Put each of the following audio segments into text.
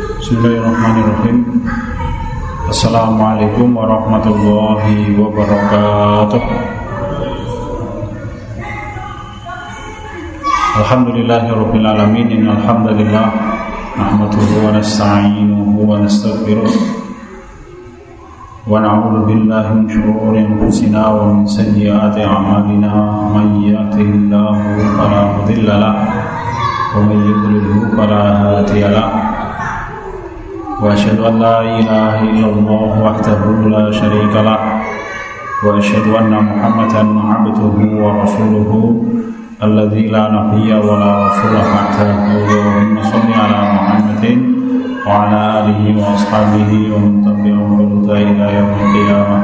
Bismillahirrahmanirrahim. Assalamualaikum warahmatullahi wabarakatuh. Alhamdulillahirabbil alamin. Innal hamdalillah nahmaduhu wa nasta'inuhu wa nastaghfiruh wa na'udzu billahi min shururi anfusina wa min sayyiati a'malina. May yahdihillahu fala mudilla lahu wa may yudlilhu fala hadiya lahu. Wa asyhadu an la ilaha illallah wahdahu la syarika lah wa asyhadu anna Muhammadan 'abduhu wa rasuluhu alladzi la nabiyya wa la rasula ba'dahu. Allahumma shalli ala Muhammadin wa ala alihi wa ashabihi wa man tabi'ahum bi ihsan ila yaumil qiyamah.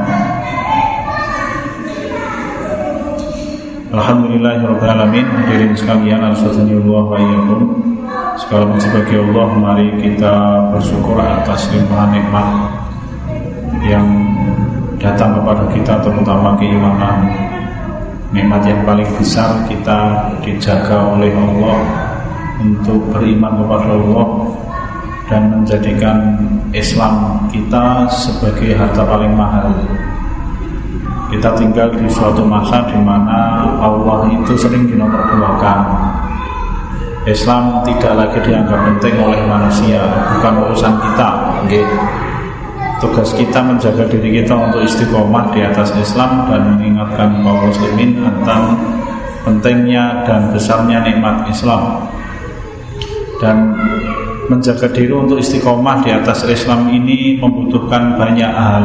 Alhamdulillahirabbil alamin. Hadirin sekalian, alhamdulillah wa iyyakum. Segala puji bagi Allah, mari kita bersyukur atas limpahan nikmat yang datang kepada kita, terutama keimanan. Nikmat yang paling besar kita dijaga oleh Allah untuk beriman kepada Allah dan menjadikan Islam kita sebagai harta paling mahal. Kita tinggal di suatu masa di mana Allah itu sering dinomorduakan. Islam tidak lagi dianggap penting oleh manusia, bukan urusan kita. Tugas kita menjaga diri kita untuk istiqomah di atas Islam dan mengingatkan kaum muslimin tentang pentingnya dan besarnya nikmat Islam. Dan menjaga diri untuk istiqomah di atas Islam ini membutuhkan banyak hal.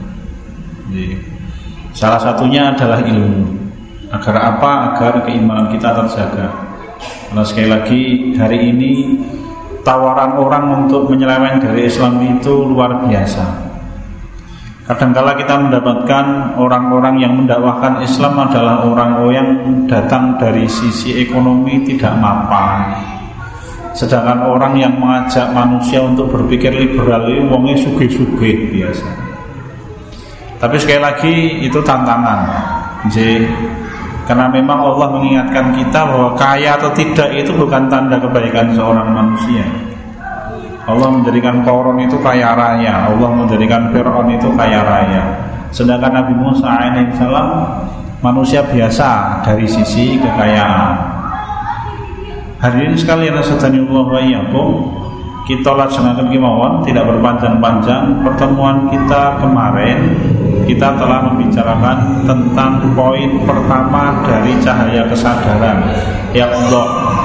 Salah satunya adalah ilmu. Agar apa? Agar keimanan kita terjaga. Karena sekali lagi hari ini tawaran orang untuk menyeleweng dari Islam itu luar biasa. Kadangkala kita mendapatkan orang-orang yang mendakwahkan Islam adalah orang-orang yang datang dari sisi ekonomi tidak mapan. Sedangkan orang yang mengajak manusia untuk berpikir liberal itu wongnya sugih-sugih biasa. Tapi sekali lagi itu tantangan. Karena memang Allah mengingatkan kita bahwa kaya atau tidak itu bukan tanda kebaikan seorang manusia. Allah menjadikan Qarun itu kaya raya, Allah menjadikan Fir'aun itu kaya raya. Sedangkan Nabi Musa alaihissalam manusia biasa dari sisi kekayaan. Hari ini sekalian Allah wa iyyakum, kita laksanakan kemauan, tidak berpanjang-panjang. Pertemuan kita kemarin kita telah membicarakan tentang poin pertama dari cahaya kesadaran, ya Allah.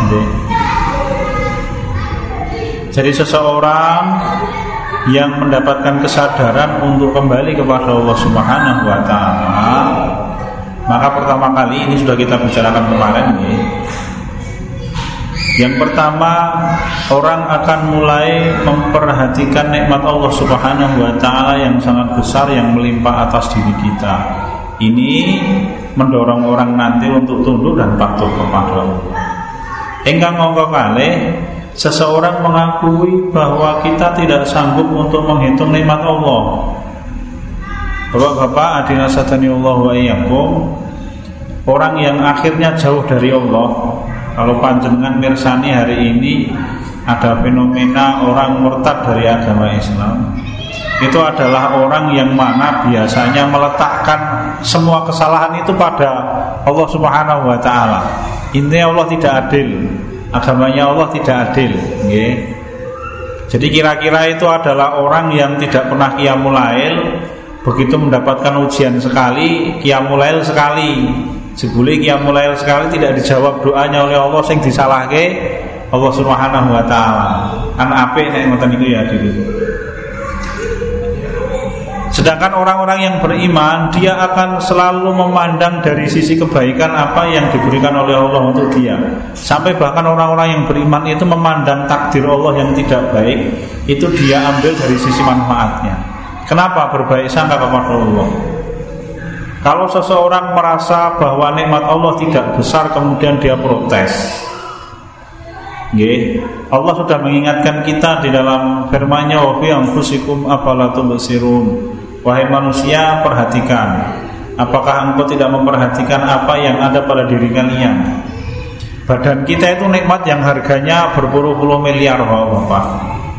Jadi seseorang yang mendapatkan kesadaran untuk kembali kepada Allah Subhanahu wa taala, maka pertama kali ini sudah kita bicarakan kemarin nih. Yang pertama, orang akan mulai memperhatikan nikmat Allah Subhanahu wa taala yang sangat besar yang melimpah atas diri kita. Ini mendorong orang nanti untuk tunduk dan patuh kepada Allah. Ingkang mongko kalih, seseorang mengakui bahwa kita tidak sanggup untuk menghitung nikmat Allah. Bapak-bapak, adina sadani Allah wa iyyakum, orang yang akhirnya jauh dari Allah. Kalau panjenengan mirsani hari ini ada fenomena orang murtad dari agama Islam. Itu adalah orang yang mana biasanya meletakkan semua kesalahan itu pada Allah Subhanahu wa taala. Intinya Allah tidak adil, agamanya Allah tidak adil. Jadi kira-kira itu adalah orang yang tidak pernah qiyamul lail, begitu mendapatkan ujian sekali, qiyamul lail sekali. Sebuli qiyamul lail sekali tidak dijawab doanya oleh Allah, sing disalahke Allah Subhanahu wa taala. Kan apik nek ngoten niku ya dulu. Sedangkan orang-orang yang beriman, dia akan selalu memandang dari sisi kebaikan apa yang diberikan oleh Allah untuk dia. Sampai bahkan orang-orang yang beriman itu memandang takdir Allah yang tidak baik, itu dia ambil dari sisi manfaatnya. Kenapa? Berbaik sangka kepada Allah. Kalau seseorang merasa bahwa nikmat Allah tidak besar, kemudian dia protes. Allah sudah mengingatkan kita di dalam firman-Nya, wa fi anfusikum afala tubsirun. Wahai manusia, perhatikan. Apakah engkau tidak memperhatikan apa yang ada pada diri kalian? Badan kita itu nikmat yang harganya berpuluh-puluh miliar, Bapak.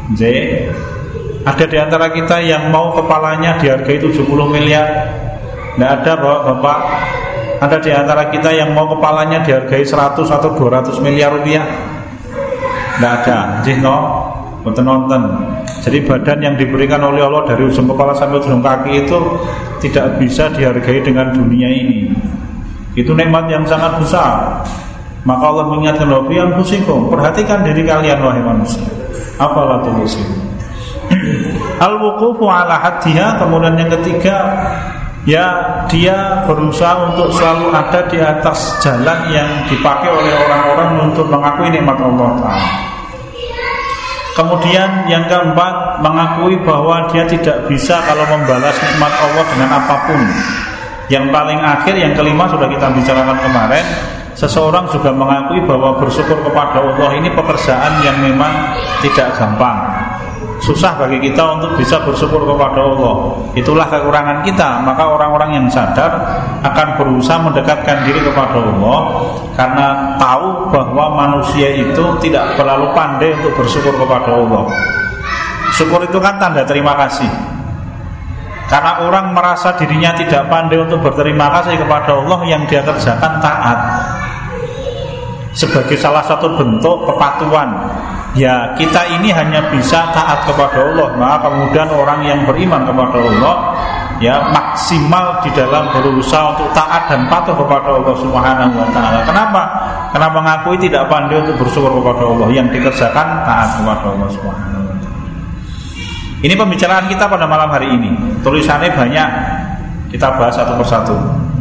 Ada di antara kita yang mau kepalanya dihargai 70 miliar? Tidak ada, Bapak. Ada di antara kita yang mau kepalanya dihargai 100 atau 200 miliar rupiah? Tidak ada. Nonton. Jadi badan yang diberikan oleh Allah dari ujung kepala sampai ujung kaki itu tidak bisa dihargai dengan dunia ini. Itu nikmat yang sangat besar. Maka Allah mengingatkan, perhatikan diri kalian wahai manusia. Apalah tubusikum. Al-wuqufu ala haddiha. Kemudian yang ketiga, dia berusaha untuk selalu ada di atas jalan yang dipakai oleh orang-orang untuk mengakui nikmat Allah Ta'ala. Kemudian yang keempat, mengakui bahwa dia tidak bisa kalau membalas nikmat Allah dengan apapun. Yang paling akhir, yang kelima sudah kita bicarakan kemarin, seseorang juga mengakui bahwa bersyukur kepada Allah ini pekerjaan yang memang tidak gampang. Susah bagi kita untuk bisa bersyukur kepada Allah. Itulah kekurangan kita. Maka orang-orang yang sadar akan berusaha mendekatkan diri kepada Allah, karena tahu bahwa manusia itu tidak terlalu pandai untuk bersyukur kepada Allah. Syukur itu kan tanda terima kasih. Karena orang merasa dirinya tidak pandai untuk berterima kasih kepada Allah, yang dia kerjakan taat sebagai salah satu bentuk kepatuhan. Ya, kita ini hanya bisa taat kepada Allah. Maka kemudian orang yang beriman kepada Allah, ya, maksimal di dalam berusaha untuk taat dan patuh kepada Allah Subhanahu wa Ta'ala. Kenapa? Karena mengakui tidak pandai untuk bersyukur kepada Allah, yang dikerjakan taat kepada Allah Subhanahu wa Ta'ala. Ini pembicaraan kita pada malam hari ini. Tulisannya banyak, kita bahas satu persatu.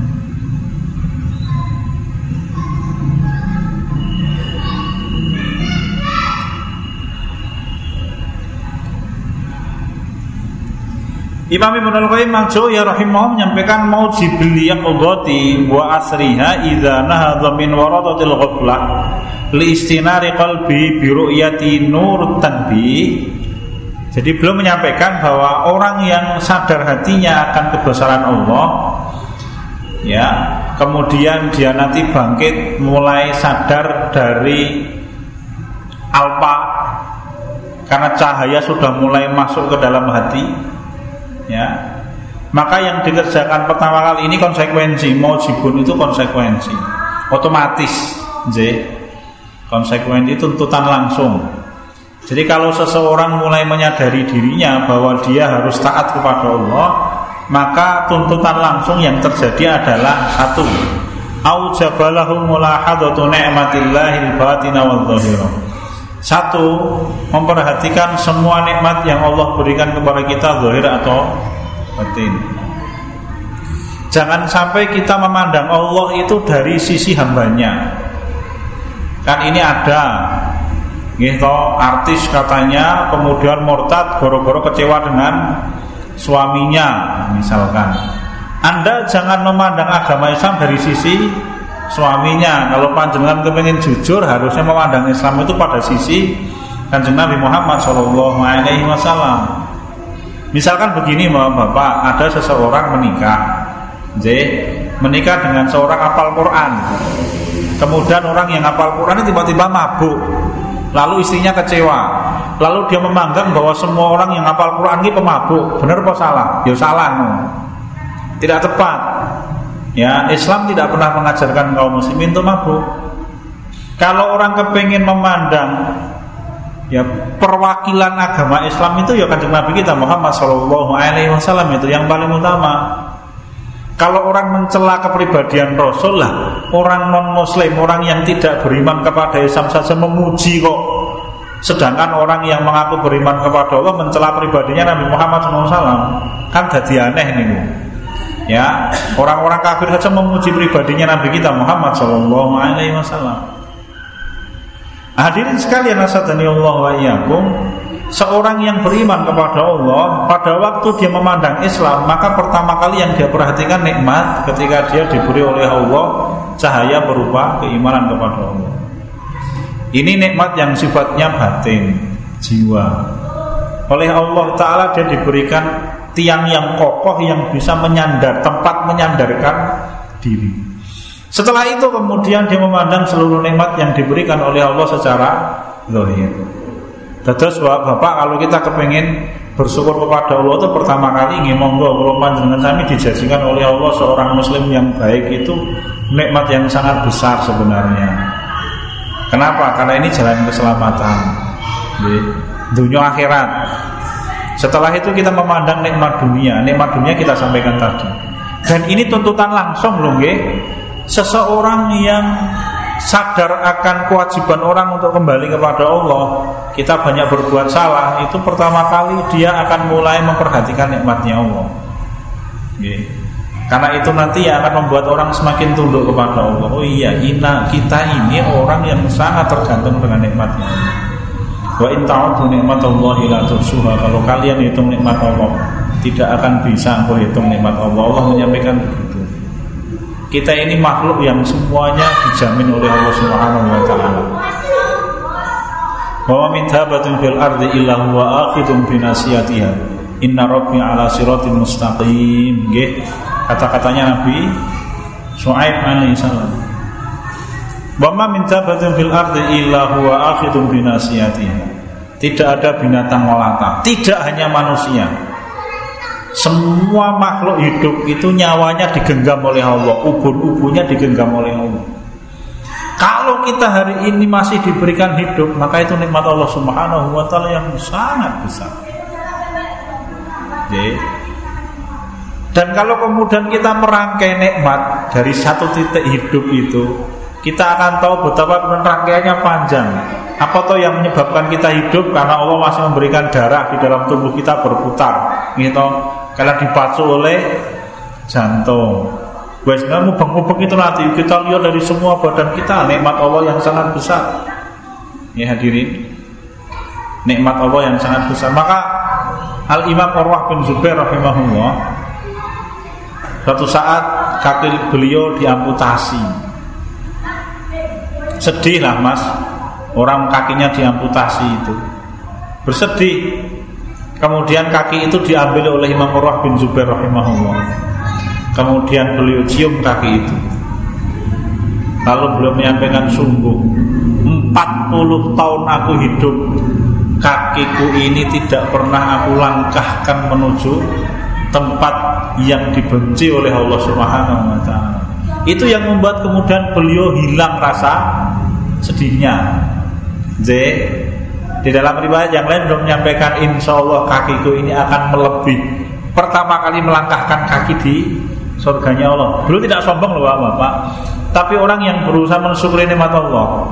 Imam Ibnul Qayyim ya rahimahullah menyampaikan maujibil yaqdati wa asriha idza nahadha min waradatil ghaflah li istinari qalbi bi ru'yati nur tanbih. Jadi beliau menyampaikan bahwa orang yang sadar hatinya akan kebesaran Allah, ya, kemudian dia nanti bangkit mulai sadar dari alpa, karena cahaya sudah mulai masuk ke dalam hati, ya, maka yang dikerjakan pertama kali ini konsekuensi. Maujibun itu konsekuensi otomatis, konsekuensi tuntutan langsung. Jadi kalau seseorang mulai menyadari dirinya bahwa dia harus taat kepada Allah, maka tuntutan langsung yang terjadi adalah satu, aujabalahu mulahadatu ni'matillahil batina wal zahira. Satu, memperhatikan semua nikmat yang Allah berikan kepada kita, zahir atau batin. Jangan sampai kita memandang Allah itu dari sisi hambanya. Kan ini ada gitu, artis katanya kemudian murtad gara-gara kecewa dengan suaminya misalkan. Anda jangan memandang agama Islam dari sisi suaminya. Kalau panjenengan kepingin jujur, harusnya memandang Islam itu pada sisi Kanjeng Nabi Muhammad SAW. Misalkan begini Bapak, ada seseorang menikah dengan seorang hafal Quran. Kemudian orang yang hafal Quran ini tiba-tiba mabuk, lalu istrinya kecewa, lalu dia memandang bahwa semua orang yang hafal Quran ini pemabuk. Benar apa salah? Ya salah, tidak tepat. Ya, Islam tidak pernah mengajarkan kaum muslimin itu mabuk. Kalau orang kepingin memandang ya perwakilan agama Islam itu ya Kanjeng Nabi kita Muhammad SAW itu yang paling utama. Kalau orang mencela kepribadian Rasul lah, orang non muslim, orang yang tidak beriman kepada Islam saja memuji kok. Sedangkan orang yang mengaku beriman kepada Allah mencela pribadinya Nabi Muhammad SAW, kan jadi aneh nih. Ya, orang-orang kafir saja memuji pribadinya Nabi kita Muhammad SAW. Hadirin sekalian, asadani Allah wa iyyakum, seorang yang beriman kepada Allah, pada waktu dia memandang Islam, maka pertama kali yang dia perhatikan nikmat ketika dia diberi oleh Allah cahaya berupa keimanan kepada Allah. Ini nikmat yang sifatnya batin, jiwa. Oleh Allah Ta'ala dia diberikan tiang yang kokoh yang bisa menyandar, tempat menyandarkan diri. Setelah itu kemudian dia memandang seluruh nikmat yang diberikan oleh Allah secara zahir. Dados Bapak, kalau kita kepengen bersyukur kepada Allah itu pertama kali nggih monggo kula panjenengan sami dijanjikan oleh Allah seorang muslim yang baik itu nikmat yang sangat besar sebenarnya. Kenapa? Karena ini jalan keselamatan. Dunia akhirat. Setelah itu kita memandang nikmat dunia kita sampaikan tadi. Dan ini tuntutan langsung loh nggih. Seseorang yang sadar akan kewajiban orang untuk kembali kepada Allah, kita banyak berbuat salah, itu pertama kali dia akan mulai memperhatikan nikmatnya Allah. Karena itu nanti yang akan membuat orang semakin tunduk kepada Allah. Oh iya, kita ini orang yang sangat tergantung dengan nikmatnya Allah. Wa in ta'udhu nikmatallahi la tuhsuha. Kalau kalian hitung nikmat Allah, tidak akan bisa menghitung nikmat Allah. Allah menyampaikan begitu. Kita ini makhluk yang semuanya dijamin oleh Allah Subhanahu wa taala. Wa min thabatin fil ardi illa huwa akhidun bi nasiyatiha. Inna rabbi ala siratin mustaqim. Nggih, kata-katanya Nabi Syuaib alaihi salam. Wa ma min thabatin fil ardi illa huwa akhidun bi nasiyatiha. Tidak ada binatang melata, tidak hanya manusia. Semua makhluk hidup itu nyawanya digenggam oleh Allah, ubun-ubunnya digenggam oleh Allah. Kalau kita hari ini masih diberikan hidup, maka itu nikmat Allah Subhanahu wa taala yang sangat besar. Dan kalau kemudian kita merangkai nikmat dari satu titik hidup itu, kita akan tahu betapa rangkaiannya panjang. Apa toh yang menyebabkan kita hidup? Karena Allah masih memberikan darah di dalam tubuh kita berputar, gitu. Karena dipacu oleh jantung. Wes mubeng-mubeng itu nanti kita lihat dari semua badan kita nikmat Allah yang sangat besar. Ya hadirin, nikmat Allah yang sangat besar. Maka Al-Imam Urwah bin Zubair rahimahullah, suatu saat kaki beliau diamputasi. Sedih lah mas, orang kakinya diamputasi itu bersedih. Kemudian kaki itu diambil oleh Imam Urwah bin Zubair rahimahullah. Kemudian beliau cium kaki itu. Lalu beliau menyampaikan, sungguh 40 tahun aku hidup, kakiku ini tidak pernah aku langkahkan menuju tempat yang dibenci oleh Allah Subhanahu wa taala. Itu yang membuat kemudian beliau hilang rasa sedihnya. Di dalam riwayat yang lain belum menyampaikan insya Allah kakiku ini akan melebihi pertama kali melangkahkan kaki di surganya Allah. Beliau tidak sombong loh Bapak, tapi orang yang berusaha mensyukuri nikmat Allah.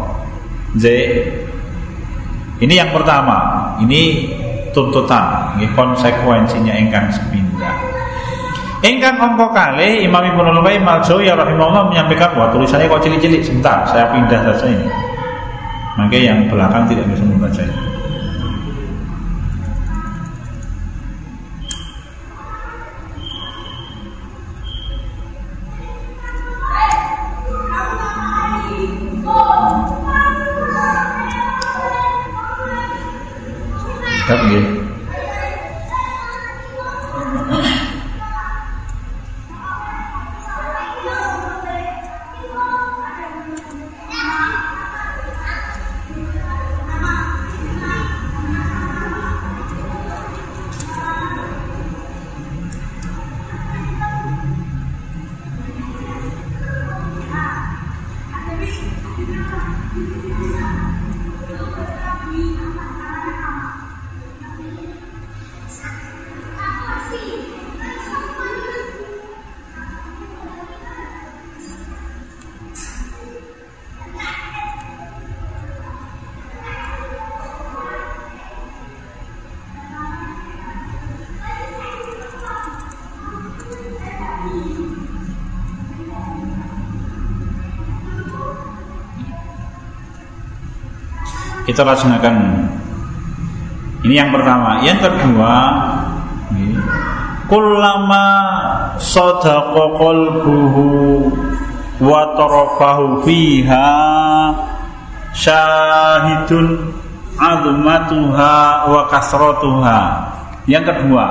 Ini yang pertama, ini tuntutan, ini konsekuensinya ingkang sepindah. Ingkang angka kalih Imam Ibnu Qayyim al-Jauziyah rahimahullah menyampaikan, wah tulisannya kok cilik-cilik, sebentar saya pindah saja ini. Maka yang belakang tidak bisa membaca ini. Tapi kita laksanakan. Ini yang pertama. Yang kedua, kullama sadaqa qalbuhu wa tarafahu fiha syahidun azmatuha wa kasratuha. Yang kedua,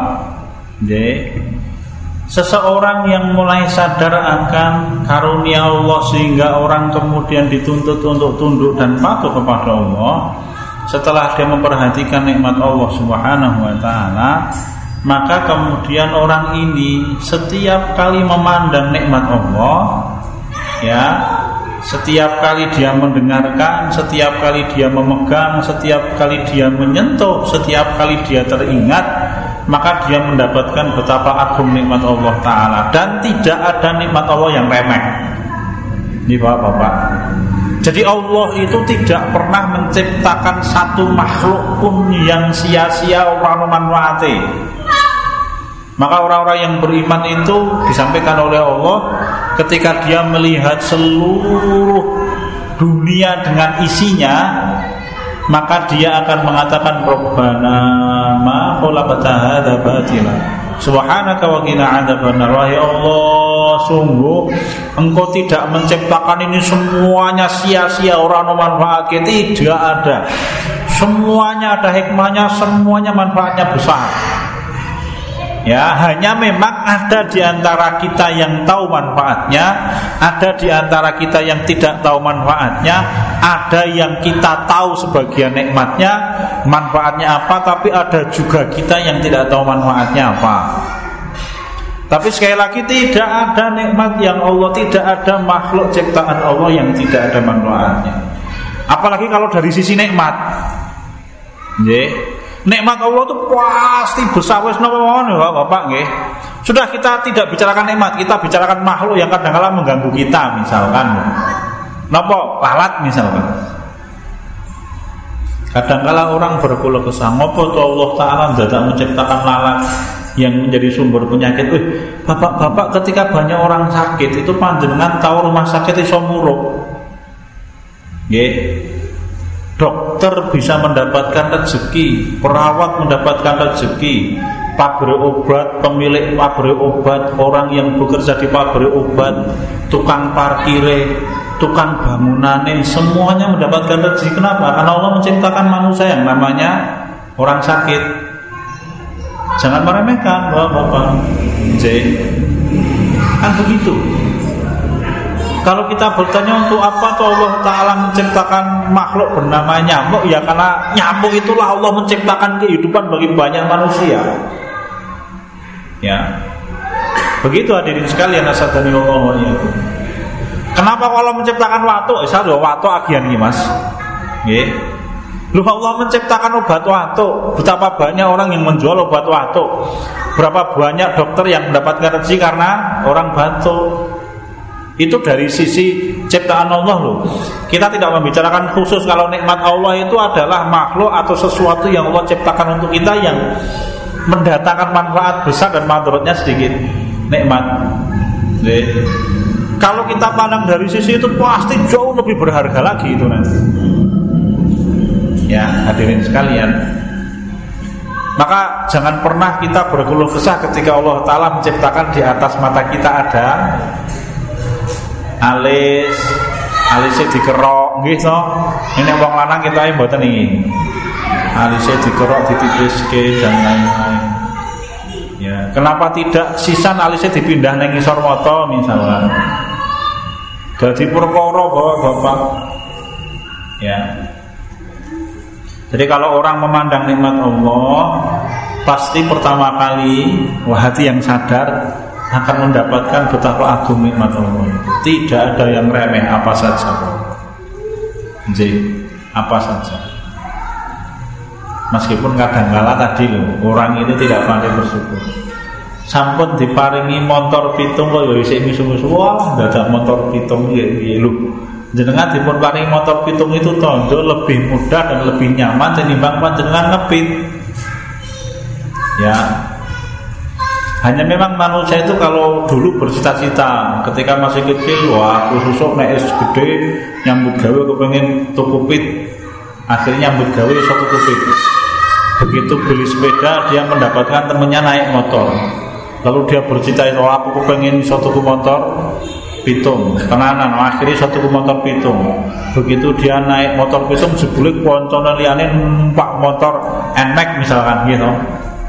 seseorang yang mulai sadar akan karunia Allah sehingga orang kemudian dituntut untuk tunduk dan patuh kepada Allah, setelah dia memperhatikan nikmat Allah Subhanahu wa taala, maka kemudian orang ini setiap kali memandang nikmat Allah, ya, setiap kali dia mendengarkan, setiap kali dia memegang, setiap kali dia menyentuh, setiap kali dia teringat, maka dia mendapatkan betapa agung nikmat Allah taala. Dan tidak ada nikmat Allah yang remeh. Ini Bapak-bapak. Jadi Allah itu tidak pernah menciptakan satu makhluk pun yang sia-sia orang manfaati. Maka orang-orang yang beriman itu disampaikan oleh Allah ketika dia melihat seluruh dunia dengan isinya, maka dia akan mengatakan Rabbana ma khalaqta hadza batila subhanaka wa qina adzabannar. Wahai Allah, sungguh Engkau tidak menciptakan ini semuanya sia-sia, orang manfaat. Tidak ada. Semuanya ada hikmahnya, semuanya manfaatnya besar. Ya, hanya memang ada di antara kita yang tahu manfaatnya, ada di antara kita yang tidak tahu manfaatnya, ada yang kita tahu sebagian nikmatnya, manfaatnya apa, tapi ada juga kita yang tidak tahu manfaatnya apa. Tapi sekali lagi, tidak ada nikmat yang Allah, tidak ada makhluk ciptaan Allah yang tidak ada manfaatnya. Apalagi kalau dari sisi nikmat. Nikmat Allah itu pasti besar. Wes napa mawon Bapak nggih. Sudah, kita tidak bicarakan nikmat, kita bicarakan makhluk yang kadang-kala mengganggu kita, misalkan. Napa? Lalat misalkan. Kadang-kala orang berkeluh kesah, ngopo to Allah taala dadak menciptakan lalat yang menjadi sumber penyakit. Bapak-bapak, ketika banyak orang sakit itu panjenengan tahu rumah sakit iso muruk. Nggih. Dokter bisa mendapatkan rezeki, perawat mendapatkan rezeki, pabrik obat, pemilik pabrik obat, orang yang bekerja di pabrik obat, tukang parkire, tukang bangunanin, semuanya mendapatkan rezeki. Kenapa? Karena Allah menciptakan manusia yang namanya orang sakit. Jangan meremehkan, Bapak-bapak. Kan begitu. Kalau kita bertanya untuk apa tuh Allah Ta'ala menciptakan makhluk bernama nyamuk, ya karena nyamuk itulah Allah menciptakan kehidupan bagi banyak manusia. Ya, begitu hadirin sekalian, asadani Allah. Kenapa Allah menciptakan watu? Saya watu agian ini mas. Lu Allah menciptakan obat watu. Betapa banyak orang yang menjual obat watu. Berapa banyak dokter yang mendapatkan rezeki karena orang batuk. Itu dari sisi ciptaan Allah loh. Kita tidak membicarakan khusus kalau nikmat Allah itu adalah makhluk atau sesuatu yang Allah ciptakan untuk kita yang mendatangkan manfaat besar dan madharatnya sedikit. Nikmat. Kalau kita pandang dari sisi itu pasti jauh lebih berharga lagi itu nanti. Ya, hadirin sekalian. Maka jangan pernah kita berkeluh kesah ketika Allah Ta'ala menciptakan di atas mata kita ada alisnya dikerok nggih to. Ini wong lanang kita mboten iki. Alisnya dikerok, ditipiske dan lain-lain. Ya, kenapa tidak sisan alisnya dipindah nang ngisor mata misalkan. Dadi perkara Bapak. Ya. Jadi kalau orang memandang nikmat Allah, pasti pertama kali hati yang sadar akan mendapatkan betapa agung nikmat Allah. Tidak ada yang remeh apa saja. Jadi apa saja. Meskipun kadang-kala tadi loh, orang itu tidak pandai bersyukur. Sampun diparingi motor pitung kok ya isih misu-misu. Wah, dadak motor pitung piye lho. Jenengan dipun paringi motor pitung itu tondo lebih mudah dan lebih nyaman tinimbang panjenengan ngepit. Ya. Hanya memang manusia itu kalau dulu bercita-cita ketika masih kecil, wah aku susuk naik es gede nyambut gawe kepengen tuku pit, akhirnya nyambut gawe suatu pit. Begitu beli sepeda dia mendapatkan temannya naik motor, lalu dia bercita-cita, wah aku kepengen suatu motor pitung, tenanan, akhirnya suatu motor pitung. Begitu dia naik motor pitung, sebulik koncone liyane numpak motor NMAX misalkan gitu.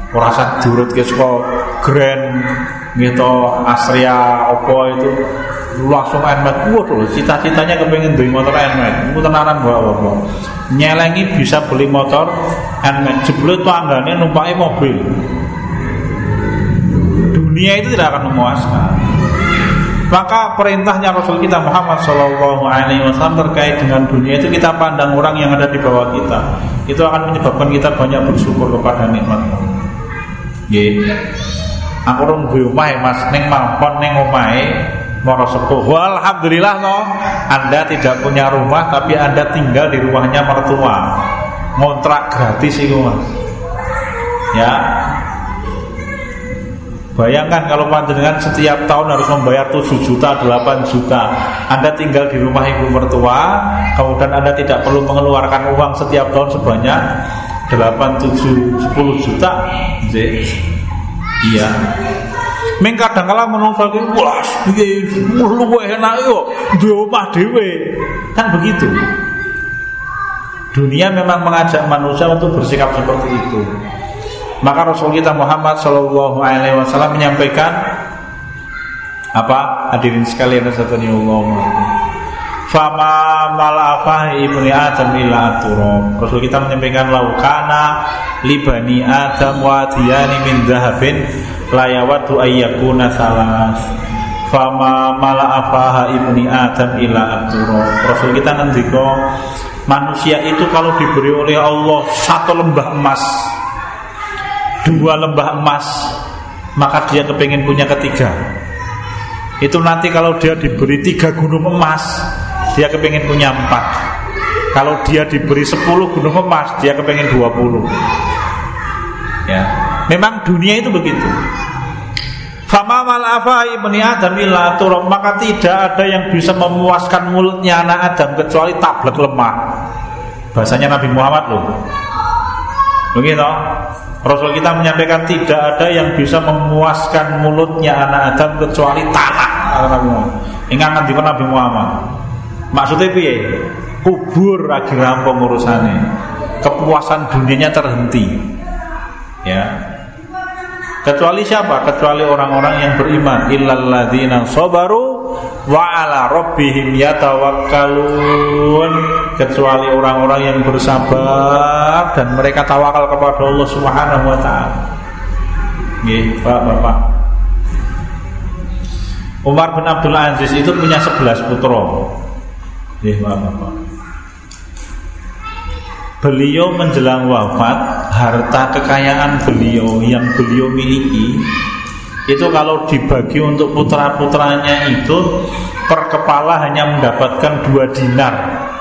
Rasa durut ke saka Grand gitu, Astria, Oppo itu langsung NMAX. Waduh, cita-citanya kepengen beli motor NMAX. Itu tenanan apa? Nyelengi bisa beli motor NMAX. Jebule tanggane numpaki mobil. Dunia itu tidak akan memuaskan. Maka perintahnya Rasul kita Muhammad SAW terkait dengan dunia itu kita pandang orang yang ada di bawah kita. Itu akan menyebabkan kita banyak bersyukur kepada nikmat. Nggih. Aku rung duwe omah Mas, ning mampon ning omahe mara sepuh. Alhamdulillah no. Anda tidak punya rumah tapi Anda tinggal di rumahnya mertua. Ngontrak gratis itu Mas. Ya. Bayangkan kalau panjenengan setiap tahun harus membayar 7 juta, 8 juta. Anda tinggal di rumah ibu mertua, kemudian Anda tidak perlu mengeluarkan uang setiap tahun sebanyak 8, 7, 10 juta. Iya. Ming kadang-kala menungso iki, wah, piye luwih enak yo duwe omah dhewe. Kan begitu. Dunia memang mengajak manusia untuk bersikap seperti itu. Maka Rasul kita Muhammad SAW menyampaikan apa? Hadirin sekalian satani Allah. Fama malafah ibni Adam illa aturab. Rasul kita menyampaikan laukana libani Adam wadiyani min dhahabin layawatu ayyakuna salas. Fama malafah ibni Adam illa aturab. Rasul kita ngendika manusia itu kalau diberi oleh Allah 1 lembah emas, 2 lembah emas, maka dia kepengen punya ketiga. Itu nanti kalau dia diberi 3 gunung emas, dia kepengen punya 4. Kalau dia diberi 10 gunung emas, dia kepengen 20. Ya, memang dunia itu begitu. Fama malafa ibni Adam illa turab, maka tidak ada yang bisa memuaskan mulutnya anak Adam kecuali tablek lemah. Bahasanya Nabi Muhammad loh. Begitu. Rasul kita menyampaikan tidak ada yang bisa memuaskan mulutnya anak Adam kecuali tanah. Ingat nanti Nabi Muhammad. Maksudnya piye? Kubur lagi rampung urusannya. Kepuasan dunianya terhenti. Ya. Kecuali siapa? Kecuali orang-orang yang beriman. Illal ladzina sabaru wa ala rabbihim yatawakkalun. Kecuali orang-orang yang bersabar dan mereka tawakal kepada Allah Subhanahu wa taala. Nggih, Bapak. Umar bin Abdul Aziz itu punya 11 putra. Nggih, Bapak. Beliau menjelang wafat, harta kekayaan beliau yang beliau miliki itu kalau dibagi untuk putra-putranya itu per kepala hanya mendapatkan 2 dinar.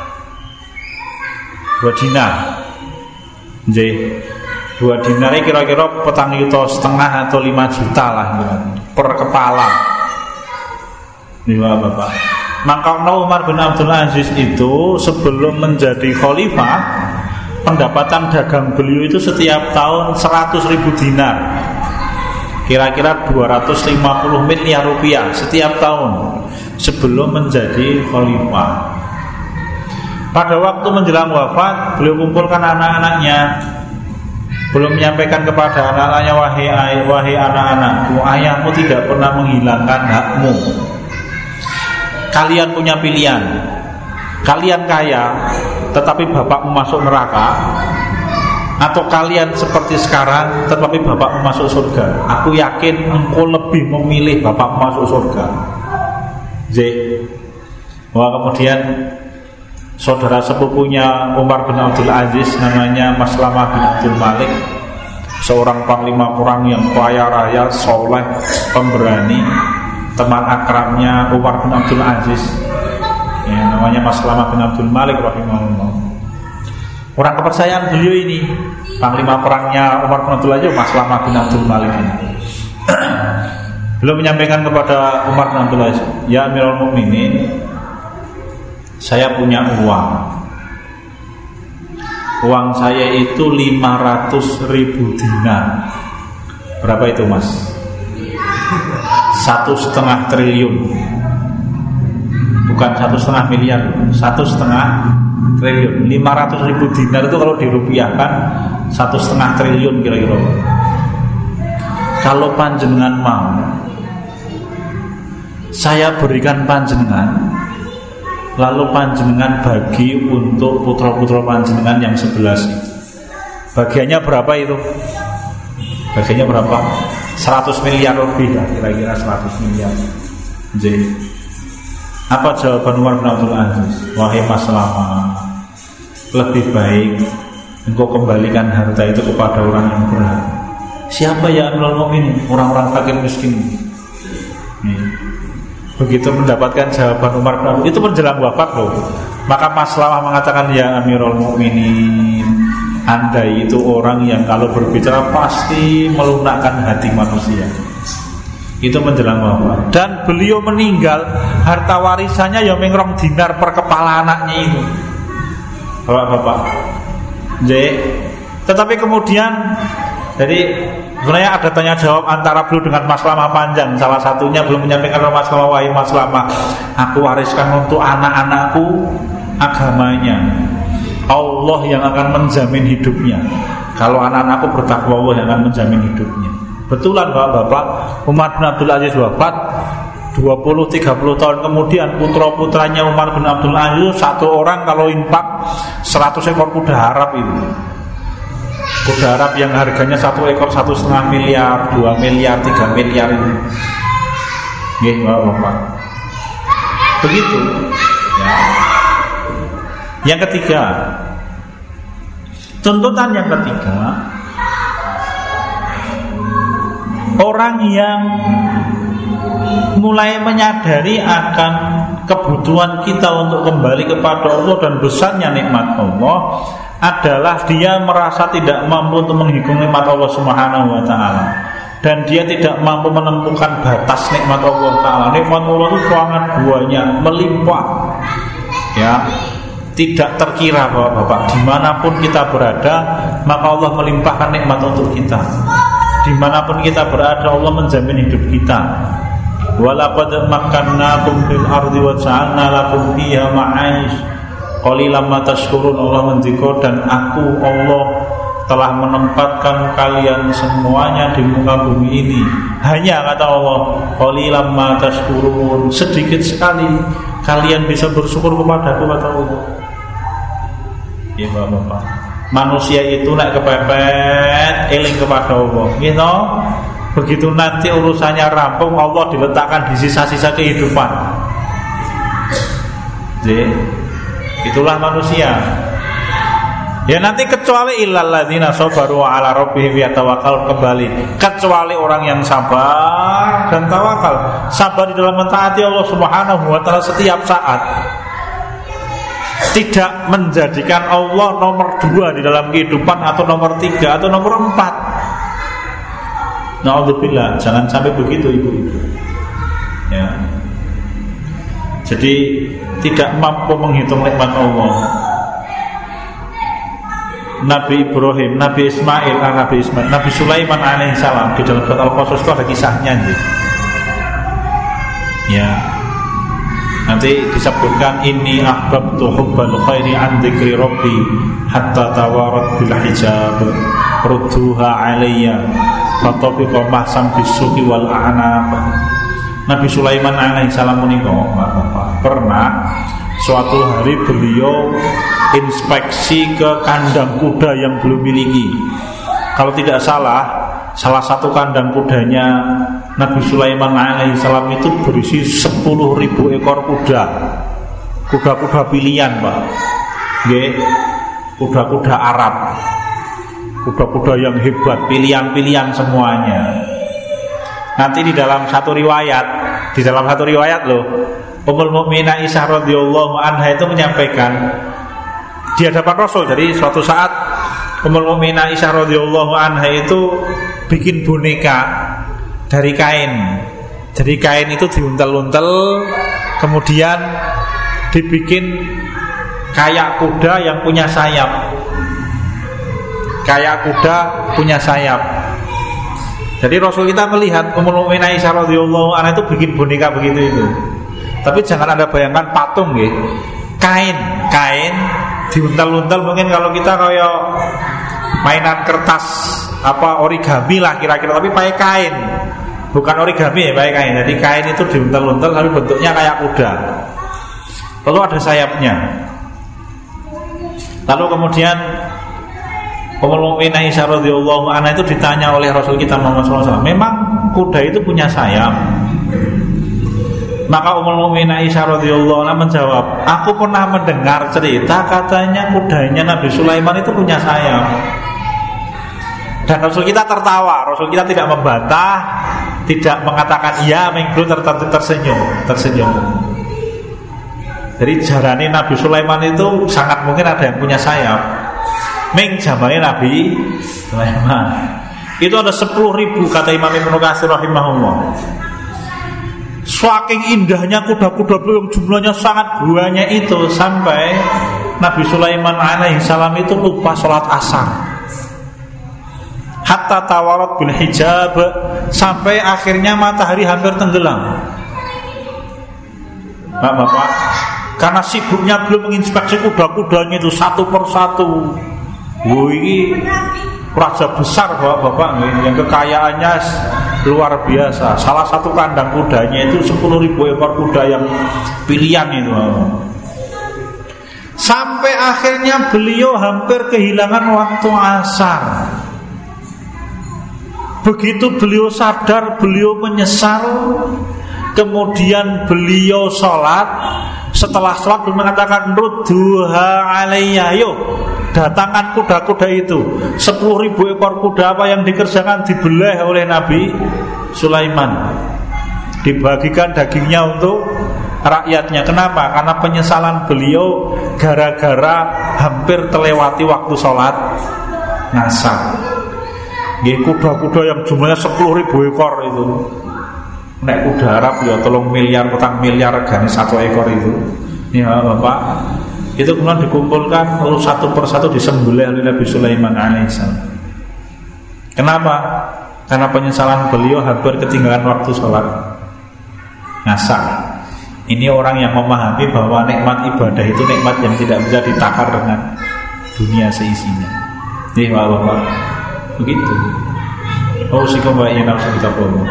2 dinar. Nggih. 2 dinar kira-kira 4,5 juta atau 5 juta lah gitu, per kepala. Nggih, Bapak. Maka Umar bin Abdul Aziz itu sebelum menjadi khalifah, pendapatan dagang beliau itu setiap tahun 100.000 dinar, kira-kira 250 miliar rupiah setiap tahun sebelum menjadi khalifah. Pada waktu menjelang wafat, beliau kumpulkan anak-anaknya, belum menyampaikan kepada anak-anaknya, wahai anak-anakku, ayahmu tidak pernah menghilangkan hakmu. Kalian punya pilihan. Kalian kaya tetapi bapakmu masuk neraka, atau kalian seperti sekarang tetapi bapakmu masuk surga. Aku yakin engkau lebih memilih bapakmu masuk surga. Wah, kemudian saudara sepupunya Umar bin Abdul Aziz namanya Maslamah bin Abdul Malik, seorang panglima perang yang kaya raya, soleh, pemberani, teman akrabnya Umar bin Abdul Aziz. Ya, namanya Maslamah bin Abdul Malik rahimahullah. Orang kepercayaan beliau ini, panglima perangnya Umar bin Abdul Aziz, Maslamah bin Abdul Malik ini. Beliau menyampaikan kepada Umar bin Abdul Aziz, ya Amirul Mukminin, saya punya uang. Uang saya itu 500.000 dinar. Berapa itu, Mas? 1,5 triliun. Bukan 1,5 miliar, 1,5 triliun. 500.000 dinar itu kalau dirupiahkan 1,5 triliun kira-kira. Kalau panjenengan mau, saya berikan panjenengan, lalu panjenengan bagi untuk putra-putra panjenengan yang 11 itu. Bagiannya berapa itu? Bagiannya berapa? 100 miliar lebih lah, kira-kira 100 miliar. Jadi apa jawaban Umar bin Abdul Aziz? Wahai Maslama, lebih baik engkau kembalikan harta itu kepada orang yang berhak. Siapa ya Amirul Mukminin? Orang-orang fakir miskin. Begitu mendapatkan jawaban Umar bin Abdul, itu menjelang wafat loh. Maka Maslama mengatakan, ya Amirul Mukminin, Anda itu orang yang kalau berbicara pasti melunakkan hati manusia. Itu menjelang wafat. Dan beliau meninggal, harta warisannya ya mengrong dinar per kepala anaknya itu. Bapak-bapak. Jadi, tetapi kemudian jadi sebenarnya ada tanya jawab antara beliau dengan Maslama panjang. Salah satunya belum menyampaikan kepada Maslama, wahai Maslama, aku wariskan untuk anak-anakku agamanya. Allah yang akan menjamin hidupnya. Kalau anak-anakku bertakwa, Allah yang akan menjamin hidupnya. Betulan Bapak-bapak, Umar bin Abdul Aziz wafat 20-30 tahun kemudian putra-putranya Umar bin Abdul Aziz satu orang kalau infak 100 ekor kuda Arab itu. Kuda Arab yang harganya satu ekor 1,5 miliar, 2 miliar, 3 miliar itu. Nggih, Bapak. Begitu. Ya. Yang ketiga, tuntutan yang ketiga, orang yang mulai menyadari akan kebutuhan kita untuk kembali kepada Allah dan besarnya nikmat Allah adalah dia merasa tidak mampu untuk menghitung nikmat Allah Subhanahu wa taala, dan dia tidak mampu menemukan batas nikmat Allah taala. Nikmat Allah itu sangat banyak, melimpah. Ya, tidak terkira Bapak. Dimanapun kita berada, maka Allah melimpahkan nikmat untuk kita. Dimanapun kita berada, Allah menjamin hidup kita. Walaqad makkannakum fil ardi wa ja'alna lakum fiha ma'aish qalilan ma tashkurun. Allah mendikor, dan aku Allah telah menempatkan kalian semuanya di muka bumi ini. Hanya kata Allah, qalilan ma tashkurun, sedikit sekali kalian bisa bersyukur kepadaku, kata Allah. Ya Bapak, manusia itu naik kepepet eling kepada Allah, gitu. Begitu nanti urusannya rampung, Allah diletakkan di sisa-sisa kehidupan. Jadi itulah manusia. Ya nanti kecuali illal ladzina sabaru wa ala rabbihim yatawakkalun, kembali kecuali orang yang sabar dan tawakal. Sabar di dalam mentaati Allah Subhanahu wa taala setiap saat. Tidak menjadikan Allah nomor 2 di dalam kehidupan, atau nomor 3 atau nomor 4. Na'udzubillah, jangan sampai begitu ibu-ibu. Ya. Jadi tidak mampu menghitung nikmat Allah. Nabi Ibrahim, Nabi Ismail, Nabi Sulaiman alaihissalam, di dalam surat Al-Qasas itu ada kisahnya. Ya. Nanti disebutkan, inni ahbabtu hubbal khairi an dzikri rabbi hatta tawarat bil hijab rudduha alayya fatafiqa mahsam bisuki wal a'nab. Nabi Sulaiman alaihissalam menika pernah suatu hari beliau inspeksi ke kandang kuda yang belum miliki. Kalau tidak salah satu kandang kudanya Nabi Sulaiman alaihissalam itu berisi 10.000 ekor kuda. Kuda-kuda pilihan, Pak. Nggih, kuda-kuda Arab. Kuda-kuda yang hebat, pilihan-pilihan semuanya. Nanti di dalam satu riwayat loh, Ummul Mukminah Aisyah radhiyallahu anha itu menyampaikan di hadapan Rasul. Jadi suatu saat Ummul Mukminah Aisyah radhiyallahu anha itu bikin boneka dari kain. Jadi kain itu diuntel-untel, kemudian dibikin kayak kuda yang punya sayap. Kayak kuda punya sayap. Jadi Rasul kita melihat Ummul Mukminah Aisyah radhiyallahu anha itu bikin boneka begitu itu. Tapi jangan Anda bayangkan patung nggih. Kain diuntel-untel, mungkin kalau kita kayak mainan kertas origami lah kira-kira, tapi pakai kain. bukan origami ya, pakai kain. Jadi kain itu diuntel-untel tapi bentuknya kayak kuda. Lalu ada sayapnya. Lalu kemudian Ummul Mukminin Aisyah radhiyallahu anha itu ditanya oleh Rasul kita Muhammad SAW, memang kuda itu punya sayap? Maka Ummul Mukminin Aisyah radhiyallahu anha menjawab, aku pernah mendengar cerita katanya kudanya Nabi Sulaiman itu punya sayap. Dan Rasul kita tertawa, Rasul kita tidak membantah, tidak mengatakan iya, mengikut tersenyum. Jadi jarane Nabi Sulaiman itu sangat mungkin ada yang punya sayap. Ming jamane Nabi Sulaiman. Itu ada 10.000 kata Imam Ibnu Katsir rahimahullah. Saking indahnya kuda-kuda yang jumlahnya sangat banyak itu sampai Nabi Sulaiman alaihissalam itu lupa sholat asar. Hatta tawarat bil hijab, sampai akhirnya matahari hampir tenggelam. Bapak-bapak, karena sibuknya belum menginspeksi kuda-kudanya itu satu persatu. Ini raja besar bapak-bapak yang kekayaannya luar biasa. Salah satu kandang kudanya itu 10.000 ekor kuda yang pilihan itu. Sampai akhirnya beliau hampir kehilangan waktu asar. Begitu beliau sadar, beliau menyesal. Kemudian beliau sholat. Setelah sholat beliau mengatakan, rudduha alayya, yuk datangkan kuda-kuda itu. 10.000 ekor kuda apa yang dikerjakan, dibelah oleh Nabi Sulaiman, dibagikan dagingnya untuk rakyatnya. Kenapa? Karena penyesalan beliau gara-gara hampir terlewati waktu sholat ngasar. Kuda-kuda yang jumlahnya 10.000 ekor itu, nek kuda Arab ya 3 miliar, 4 miliar regane 1 ekor itu. Ya Bapak, itu kemudian dikumpulkan lalu satu persatu disembelih oleh Nabi Sulaiman alaihissalam. Kenapa? Karena penyesalan beliau hampir ketinggalan waktu sholat ngasar. Ini orang yang memahami bahwa nikmat ibadah itu nikmat yang tidak bisa ditakar dengan dunia seisinya. Nih Bapak, begitu. Oh sikum wa ina kita promo.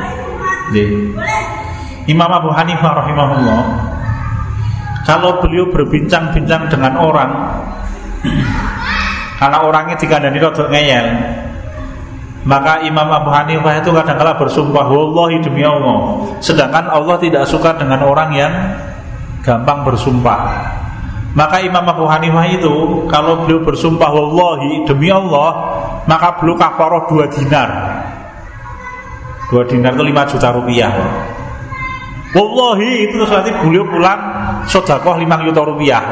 Imam Abu Hanifah rahimahullah, kalau beliau berbincang-bincang dengan orang, karena orangnya dikandani rodok ngeyel, maka Imam Abu Hanifah itu kadang-kala bersumpah wallahi demi Allah. Sedangkan Allah tidak suka dengan orang yang gampang bersumpah. Maka Imam Abu Hanifah itu kalau beliau bersumpah wallahi demi Allah, maka beliau kafarah 2 dinar. 2 dinar itu 5 juta rupiah. Wallahi itu terus nanti beliau pulang sedekah 5 juta rupiah.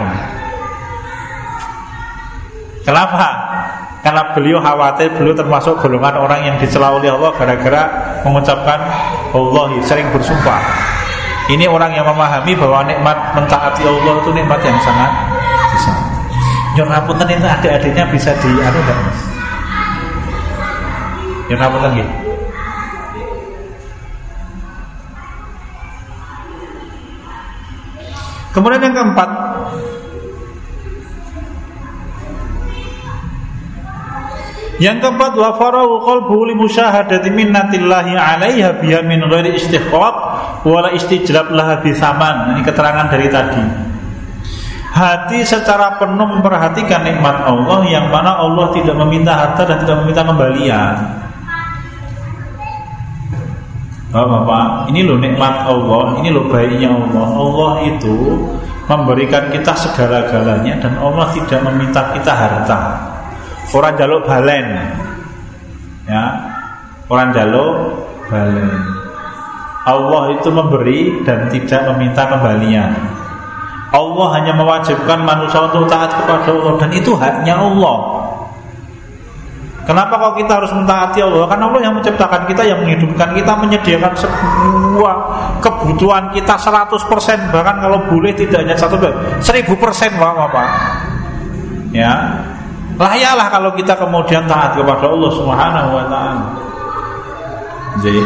Kenapa? Karena beliau khawatir beliau termasuk golongan orang yang dicela oleh Allah gara-gara mengucapkan wallahi, sering bersumpah. Ini orang yang memahami bahwa nikmat mentaati Allah itu nikmat yang sangat besar. Nyon hapunten itu adik-adiknya bisa dianu enggak, Mas? Nyon hapunten nggih. Kemudian yang keempat, wa farahu qalbuhu li musyahadati minnatillahi 'alaiha biha min ghairi istihqaq wala istijlab laha bi tsaman. Ini keterangan dari tadi. Hati secara penuh memperhatikan nikmat Allah yang mana Allah tidak meminta harta dan tidak meminta kembalian. Bapak, ini loh nikmat Allah, ini loh baiknya Allah. Allah itu memberikan kita segala-galanya dan Allah tidak meminta kita harta. Orang jaluk balen, ya, orang jaluk balen. Allah itu memberi dan tidak meminta kembalian. Allah hanya mewajibkan manusia untuk taat kepada Allah dan itu haknya Allah. Kenapa kok kita harus mentaati Allah? Karena Allah yang menciptakan kita, yang menghidupkan kita, menyediakan semua kebutuhan kita 100%, bahkan kalau boleh tidak hanya 100%, 1000% Bapak. Ya. Layalah kalau kita kemudian taat kepada Allah Subhanahu wa taala. Jadi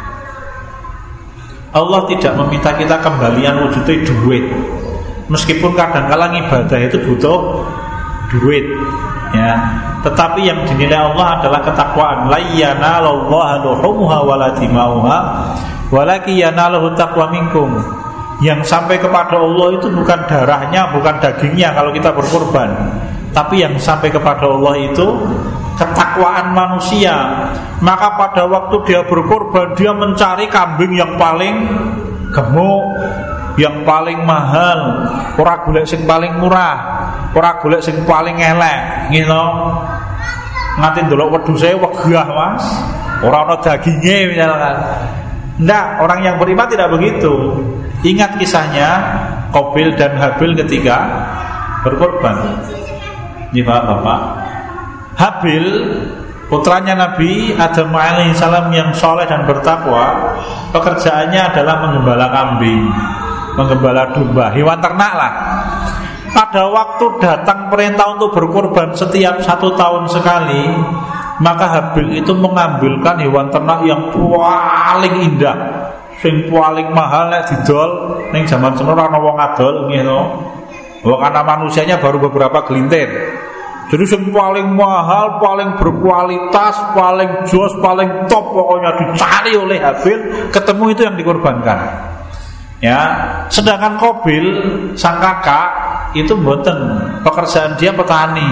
Allah tidak meminta kita kembalian wujudnya duit. Meskipun kadang-kadang ibadah itu butuh duit. Ya, tetapi yang dinilai Allah adalah ketakwaan. La yanalallaha luhumuha wala dimauha walakin yanaluhu taqwa minkum. Yang sampai kepada Allah itu bukan darahnya, bukan dagingnya kalau kita berkorban, tapi yang sampai kepada Allah itu ketakwaan manusia. Maka pada waktu dia berkorban, dia mencari kambing yang paling gemuk, yang paling mahal, ora golek sing paling murah, ora golek sing paling elek, gitu. Nganti ndelok wedhuse wegah, Mas. Ora ana daginge misalkan. Ndak, orang yang beriman tidak begitu. Ingat kisahnya Qabil dan Habil ketika berkorban. Ini Bapak. Habil putranya Nabi Adam alaihissalam yang soleh dan bertakwa, pekerjaannya adalah menggembala kambing, menggembala domba, hewan ternak lah. Pada waktu datang perintah untuk berkorban setiap 1 tahun sekali, maka Habil itu mengambilkan hewan ternak yang paling indah, sing paling mahal nek didol ning jaman semono ana wong adol ngono. Karena manusianya baru beberapa gelintir. Jadi yang paling mahal, paling berkualitas, paling jos, paling top pokoknya dicari oleh Habil, ketemu itu yang dikorbankan. Ya, sedangkan Qabil sang kakak itu mboten, pekerjaan dia petani.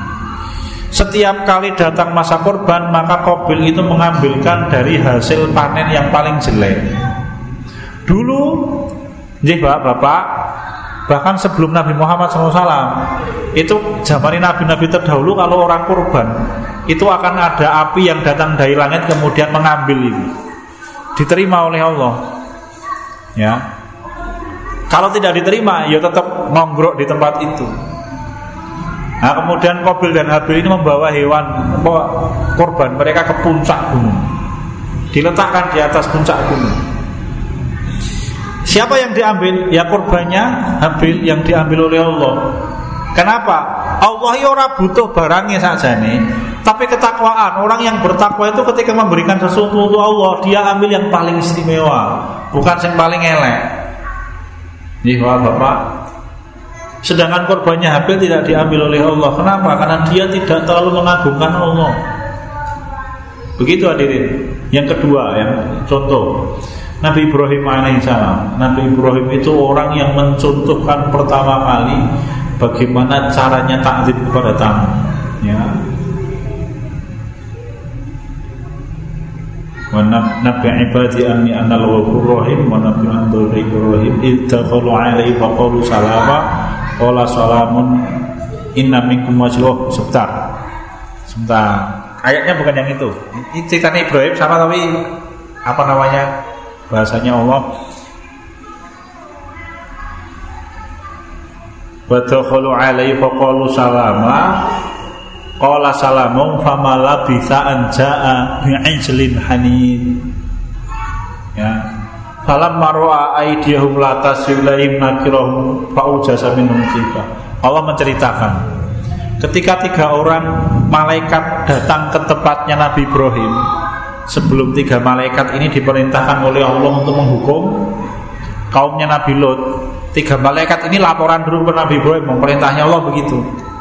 Setiap kali datang masa korban, maka Qabil itu mengambilkan dari hasil panen yang paling jelek. Dulu, nggih Bapak, bahkan sebelum Nabi Muhammad SAW, itu zaman nabi-nabi terdahulu kalau orang kurban itu akan ada api yang datang dari langit kemudian mengambil itu, diterima oleh Allah. Ya, kalau tidak diterima, ya tetap ngonggrok di tempat itu. Nah, kemudian Qabil dan Habil ini membawa hewan kurban mereka ke puncak gunung, diletakkan di atas puncak gunung. Siapa yang diambil? Ya kurbannya Habil yang diambil oleh Allah. Kenapa? Allah ya ora butuh barangnya saja nih, tapi ketakwaan. Orang yang bertakwa itu ketika memberikan sesuatu untuk Allah, dia ambil yang paling istimewa, bukan yang paling elek. Nih Bapak. Sedangkan korbannya Habil tidak diambil oleh Allah. Kenapa? Karena dia tidak terlalu mengagungkan Allah. Begitu hadirin. Yang kedua, yang contoh Nabi Ibrahim alaihissalam. Nabi Ibrahim itu orang yang mencontohkan pertama kali bagaimana caranya takzim kepada tamu. Ya. Wa nabi ibadi anni anal ghafurur rahim wa nabi anzur Ibrahim idkhalu alaihi wa qalu salama qala salamun inna minkum wajluh. Sebentar. Ayatnya bukan yang itu. Ini ceritanya Ibrahim sama tapi apa namanya? Bahasanya Allah. Wa dakhalu alaihi fa qalu salama qala salamun famala bisa anjaa bi'ijlin hanin. Ya. Falam mar'a aydihum la tasilaim nakirahum fa'ujasa minhum sifah. Allah menceritakan ketika 3 orang malaikat datang ke tempatnya Nabi Ibrahim, sebelum 3 malaikat ini diperintahkan oleh Allah untuk menghukum kaumnya Nabi Lot. 3 malaikat ini laporan dulu ke Nabi Ibrahim, perintahnya Allah begitu.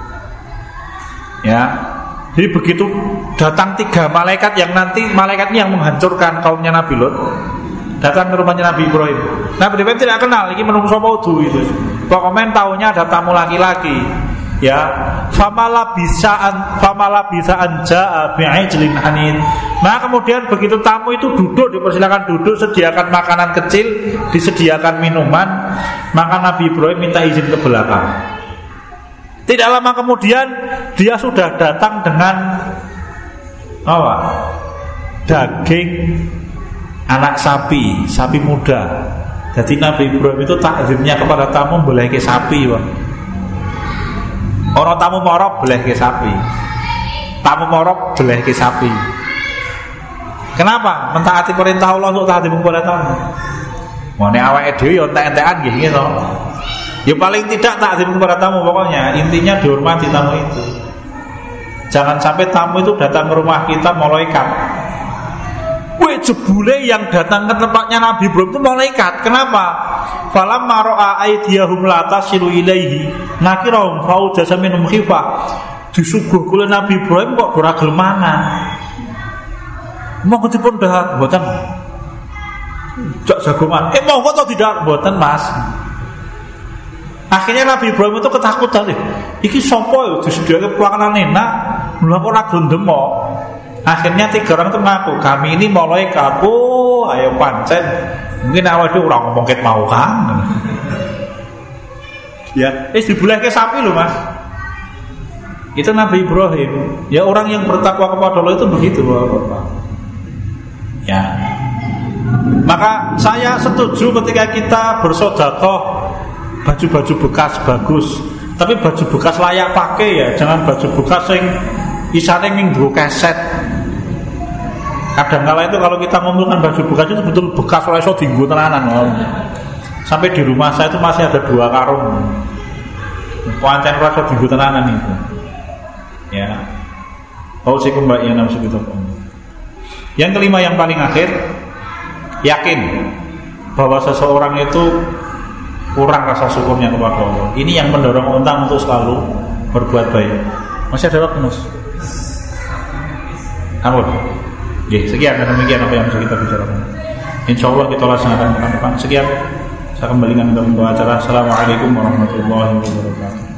Ya, jadi begitu datang 3 malaikat yang nanti malaikat ini yang menghancurkan kaumnya Nabi Lot, datang ke rumahnya Nabi Ibrahim. Nabi Ibrahim tidak kenal, ini menungso paudu itu. Pokoknya tahunya ada tamu laki-laki. Ya, famala bisa anja bi'ijlin hanin. Nah kemudian begitu tamu itu duduk, dipersilakan duduk, sediakan makanan kecil, disediakan minuman, maka Nabi Ibrahim minta izin ke belakang. Tidak lama kemudian dia sudah datang dengan apa? Daging anak sapi, sapi muda. Jadi Nabi Ibrahim itu takzimnya kepada tamu boleh ke sapi, Pak. Orang tamu morok boleh ke sapi, tamu morok boleh ke sapi. Kenapa? Mentaati perintah Allah untuk takzim kepada tamu. Mau nek awake dhewe yo entek-entekan nggih gitu. Ya paling tidak takzim kepada tamu, pokoknya intinya dihormati tamu itu. Jangan sampai tamu itu datang ke rumah kita malaikat. Weh jebule yang datang ke tempatnya Nabi Ibrahim itu malaikat. Kenapa? Falam maro'a aydiyahum la tasilu ilaihi nakirahum faujasa minhum khifah. disuguh kula Nabi Ibrahim kok ora gelem mangan. Monggo dipun dahar mboten. Jak jagongan. Monggo to tidak mboten, Mas. Akhirnya Nabi Ibrahim itu ketakutan nih. Iki sapa ya disediakan panganan enak, lha kok ora gelem demok. Akhirnya 3 orang itu ngaku, kami ini malaikat. Oh, ayo pancen. Mungkin awal itu orang ngomong ket mau kan. Ya, dibulehke sapi loh, Mas. Itu Nabi Ibrahim. Ya, orang yang bertakwa kepada Allah itu begitu, Bapak. Ya. Maka saya setuju ketika kita bersedekah baju-baju bekas bagus, tapi baju bekas layak pakai ya, jangan baju bekas yang isane ning nggo keset. Kadang-kala itu kalau kita ngumpulkan baju bekas itu betul bekas ora iso dienggo tenanan. Sampai di rumah saya itu masih ada 2 karung. Pancen ora iso dienggo tenanan itu. Ya. Pausikum Mbak Yana segitu. Yang kelima yang paling akhir, yakin bahwa seseorang itu kurang rasa syukurnya kepada Allah. Ini yang mendorong kita untuk selalu berbuat baik. Masih ada waktu, Mas? Ampun. Oke, sekian dan demikian apa yang bisa kita bicarakan. Insyaallah kita laksanakan pekan depan. Sekian. Saya kembalikan ke pembawa acara. Assalamualaikum warahmatullahi wabarakatuh.